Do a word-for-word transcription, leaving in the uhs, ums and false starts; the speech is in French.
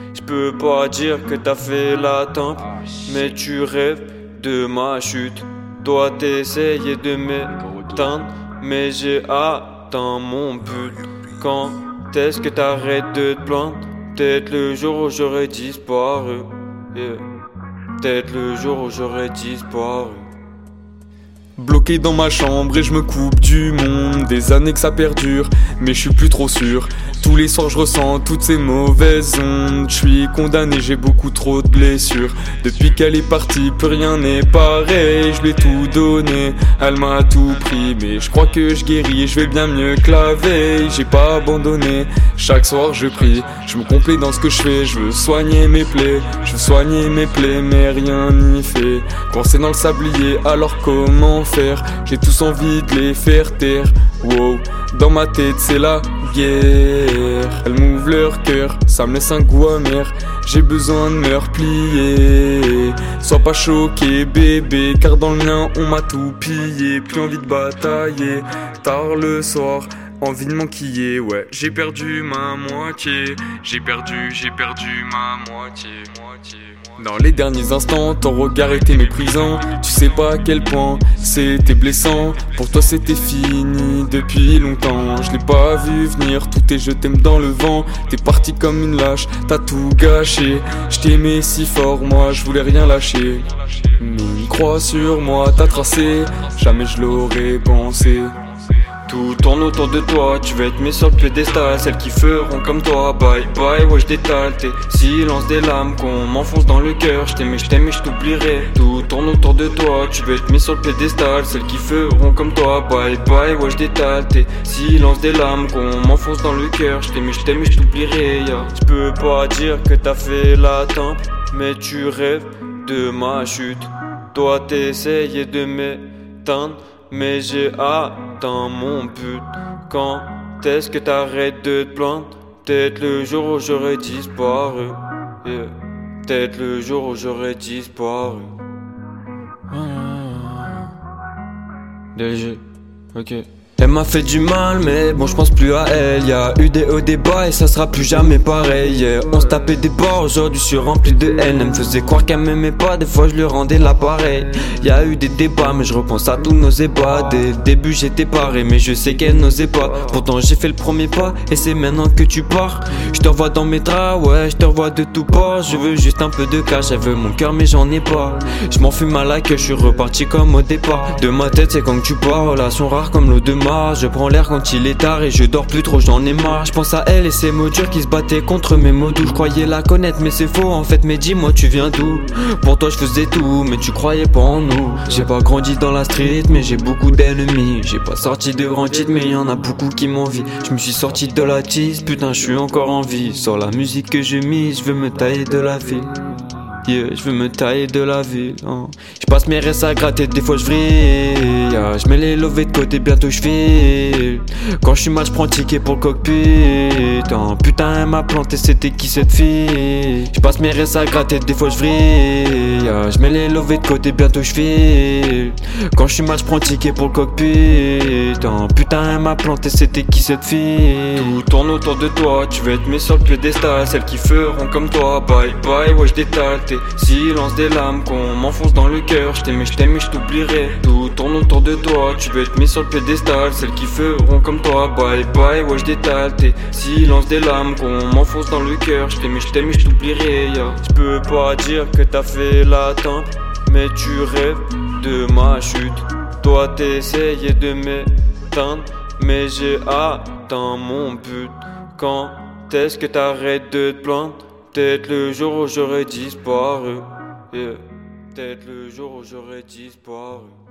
Je peux pas dire que t'as fait la tempe, mais tu rêves de ma chute. Toi t'essayais de m'éteindre, mais j'ai atteint mon but. Quand est-ce que t'arrêtes de te plaindre? Peut-être le jour où j'aurais disparu, yeah. Peut-être le jour où j'aurais disparu. Bloqué dans ma chambre et je me coupe du monde. Des années que ça perdure, mais je suis plus trop sûr. Tous les soirs je ressens toutes ces mauvaises ondes. Je suis condamné, j'ai beaucoup trop de blessures. Depuis qu'elle est partie, plus rien n'est pareil. Je lui ai tout donné, elle m'a tout pris. Mais je crois que je guéris et je vais bien mieux que la veille. J'ai pas abandonné, chaque soir je prie. Je me complais dans ce que je fais, je veux soigner mes plaies. Je veux soigner mes plaies, mais rien n'y fait. Quand c'est dans le sablier, alors comment faire? J'ai tous envie de les faire taire. Wow, dans ma tête c'est la guerre. Elles m'ouvrent leur cœur, ça me laisse un goût amer. J'ai besoin de me replier. Sois pas choqué bébé, car dans le mien on m'a tout pillé. Plus envie de batailler, tard le soir, envie de m'enquiller, ouais. J'ai perdu ma moitié, j'ai perdu, j'ai perdu ma moitié, moitié. Dans les derniers instants, ton regard était méprisant. Tu sais pas à quel point c'était blessant. Pour toi c'était fini depuis longtemps. Je l'ai pas vu venir, tout est je t'aime dans le vent. T'es parti comme une lâche, t'as tout gâché. Je t'aimais si fort, moi je voulais rien lâcher. Mais crois sur moi, t'as tracé, jamais je l'aurais pensé. Tout tourne autour de toi, tu veux être mis sur le piédestal. Celles qui feront comme toi, bye bye, ouais je détale. Tes silences des lames qu'on m'enfonce dans le cœur. Je t'aime et je t'aime et je t'oublierai. Tout tourne autour de toi, tu veux être mis sur le piédestal. Celles qui feront comme toi, bye bye, ouais je détale. Tes silences des lames qu'on m'enfonce dans le cœur. Je t'aime et je t'aime et je t'oublierai, yeah. Je peux pas dire que t'as fait la tempe, mais tu rêves de ma chute. Toi t'essayais de m'éteindre, mais j'ai atteint mon but. Quand est-ce que t'arrêtes de te plaindre? Peut-être le jour où j'aurais disparu, yeah. Peut-être le jour où j'aurais disparu. D G, ok. Elle m'a fait du mal mais bon je pense plus à elle. Y'a eu des hauts des bas et ça sera plus jamais pareil, yeah. On se tapait des bords, aujourd'hui je suis rempli de haine. Elle me faisait croire qu'elle m'aimait pas, des fois je lui rendais l'appareil. Y'a eu des débats mais je repense à tous nos ébats. Dès le début j'étais paré mais je sais qu'elle n'osait pas. Pourtant j'ai fait le premier pas et c'est maintenant que tu pars. Je te revois dans mes draps, ouais je te revois de tout part. Je veux juste un peu de cash, elle veut mon cœur mais j'en ai pas. Je m'en fume à la queue, je suis reparti comme au départ. De ma tête c'est quand tu pars, relation rare comme l'eau de mar. Je prends l'air quand il est tard et je dors plus trop, j'en ai marre. Je pense à elle et ses mots durs qui se battaient contre mes mots doux. Je croyais la connaître mais c'est faux en fait, mais dis-moi tu viens d'où? Pour toi je faisais tout mais tu croyais pas en nous. J'ai pas grandi dans la street mais j'ai beaucoup d'ennemis. J'ai pas sorti de grands titres mais y'en a beaucoup qui m'envient. Je me suis sorti de la tease, putain je suis encore en vie. Sur la musique que j'ai mise, je veux me tailler de la ville. Yeah, je veux me tailler de la ville, hein. Je passe mes restes à gratter, des fois je vrille, yeah. Je mets les lovés de côté, bientôt je file. Quand je suis mal, je prends ticket pour le cockpit, hein. Putain elle m'a planté, c'était qui cette fille? Je passe mes restes à gratter, des fois je vrille, yeah. Je mets les lovés de côté, bientôt je file. Quand je suis mal, je prends ticket pour le cockpit, hein. Putain elle m'a planté, c'était qui cette fille? Tout tourne autour de toi, tu veux être mis sur le piédestal. Celles qui feront comme toi, bye bye, ouais je détale. Silence des lames qu'on m'enfonce dans le cœur. Je t'aime et je t'aime et je t'oublierai. Tout tourne autour de toi, tu veux être mis sur le piédestal. Celles qui feront comme toi, bye bye, ouais je détale. Tes silences des lames qu'on m'enfonce dans le cœur. Je t'aime et je t'aime et je t'oublierai, yeah. Je peux pas dire que t'as fait la tempe, mais tu rêves de ma chute. Toi t'essayais de m'éteindre, mais j'ai atteint mon but. Quand est-ce que t'arrêtes de te plaindre? Peut-être le jour où j'aurais disparu, yeah. Peut-être le jour où j'aurais disparu.